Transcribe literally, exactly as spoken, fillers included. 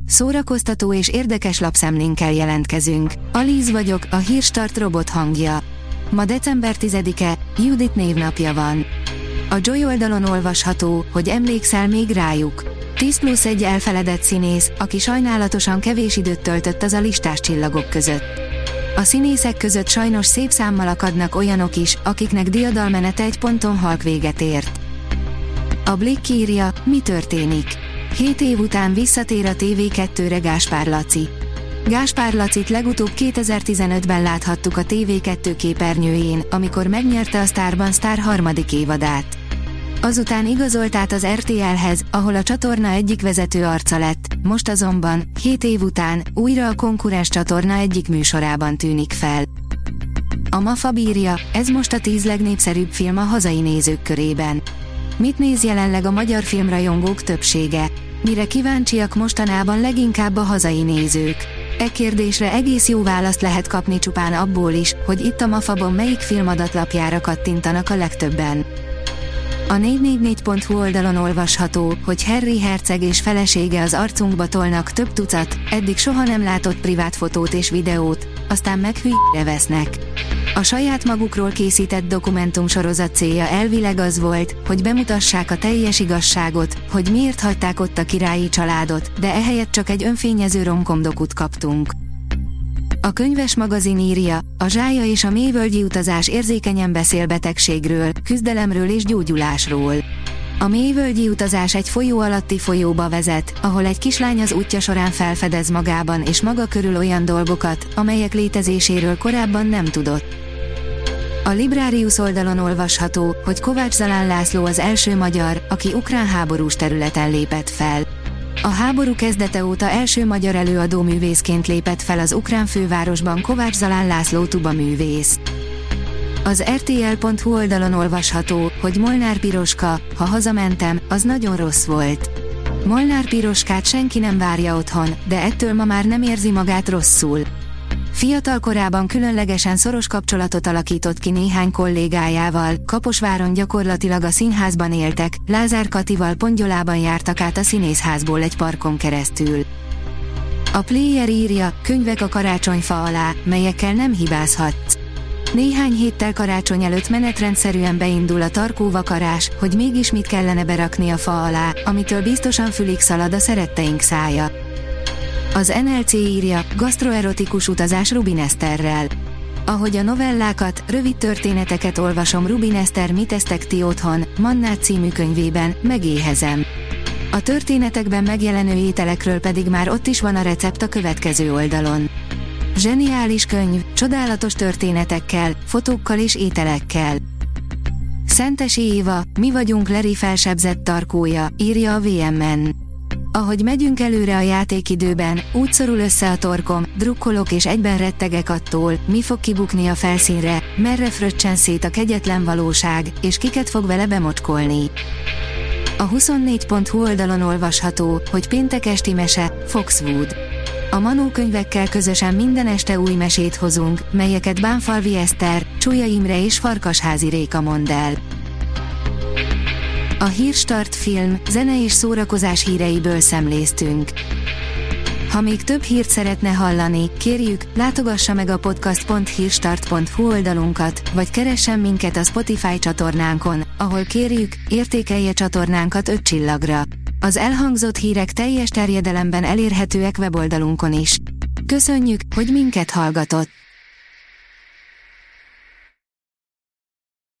Szórakoztató és érdekes lapszemlénkkel jelentkezünk. Alíz vagyok, a Hírstart robot hangja. Ma december tizedike, Judit névnapja van. A Joy oldalon olvasható, hogy emlékszel még rájuk. tíz plusz egy elfeledett színész, aki sajnálatosan kevés időt töltött az a listás csillagok között. A színészek között sajnos szép számmal akadnak olyanok is, akiknek diadalmenete egy ponton halk véget ért. A Blick írja, mi történik. Hét év után visszatér a té vé kettőre Gáspár Laci. Gáspár Lacit legutóbb kétezer-tizenötben láthattuk a té vé kettő képernyőjén, amikor megnyerte a Sztárban Sztár harmadik évadát. Azután igazolt át az er té elhez, ahol a csatorna egyik vezető arca lett, most azonban, hét év után, újra a konkurens csatorna egyik műsorában tűnik fel. A Mafab írja, ez most a tíz legnépszerűbb film a hazai nézők körében. Mit néz jelenleg a magyar filmrajongók többsége? Mire kíváncsiak mostanában leginkább a hazai nézők? E kérdésre egész jó választ lehet kapni csupán abból is, hogy itt a Mafabon melyik filmadatlapjára kattintanak a legtöbben. A négy négy négy pont hu oldalon olvasható, hogy Harry herceg és felesége az arcunkba tolnak több tucat, eddig soha nem látott privát fotót és videót, aztán meg hülyére vesznek. A saját magukról készített dokumentumsorozat célja elvileg az volt, hogy bemutassák a teljes igazságot, hogy miért hagyták ott a királyi családot, de ehelyett csak egy önfényező romkomdokut kaptunk. A Könyves magazin írja, a Zsája és a mélyvölgyi utazás érzékenyen beszél betegségről, küzdelemről és gyógyulásról. A mélyvölgyi utazás egy folyó alatti folyóba vezet, ahol egy kislány az útja során felfedez magában és maga körül olyan dolgokat, amelyek létezéséről korábban nem tudott. A Librarius oldalon olvasható, hogy Kovács Zalán László az első magyar, aki ukrán háborús területen lépett fel. A háború kezdete óta első magyar előadóművészként lépett fel az ukrán fővárosban Kovács Zalán László tubaművész. Az er té el pont hu oldalon olvasható, hogy Molnár Piroska, ha hazamentem, az nagyon rossz volt. Molnár Piroskát senki nem várja otthon, de ettől ma már nem érzi magát rosszul. Fiatal korában különlegesen szoros kapcsolatot alakított ki néhány kollégájával, Kaposváron gyakorlatilag a színházban éltek, Lázár Katival Pongyolában jártak át a színészházból egy parkon keresztül. A Player írja, könyvek a karácsonyfa alá, melyekkel nem hibázhatsz. Néhány héttel karácsony előtt menetrendszerűen beindul a tarkóvakarás, hogy mégis mit kellene berakni a fa alá, amitől biztosan fülig szalad a szeretteink szája. Az en el cé írja, gasztroerotikus utazás Rubin Eszterrel. Ahogy a novellákat, rövid történeteket olvasom Rubin Eszter Mit esztek ti otthon, Mannát című könyvében, megéhezem. A történetekben megjelenő ételekről pedig már ott is van a recept a következő oldalon. Zseniális könyv, csodálatos történetekkel, fotókkal és ételekkel. Szentesi Éva, mi vagyunk Larry felsebzett tarkója, írja a vé em en. Ahogy megyünk előre a játékidőben, úgy szorul össze a torkom, drukkolok és egyben rettegek attól, mi fog kibukni a felszínre, merre fröccsen szét a kegyetlen valóság, és kiket fog vele bemocskolni. A huszonnégy pont hu oldalon olvasható, hogy péntek esti mese, Foxwood. A Manó könyvekkel közösen minden este új mesét hozunk, melyeket Bánfalvi Eszter, Csúlya Imre és Farkasházi Réka mond el. A Hírstart film, zene és szórakozás híreiből szemléztünk. Ha még több hírt szeretne hallani, kérjük, látogassa meg a podcast pont hírstart pont hu oldalunkat, vagy keressen minket a Spotify csatornánkon, ahol kérjük, értékelje csatornánkat öt csillagra. Az elhangzott hírek teljes terjedelemben elérhetőek weboldalunkon is. Köszönjük, hogy minket hallgatott!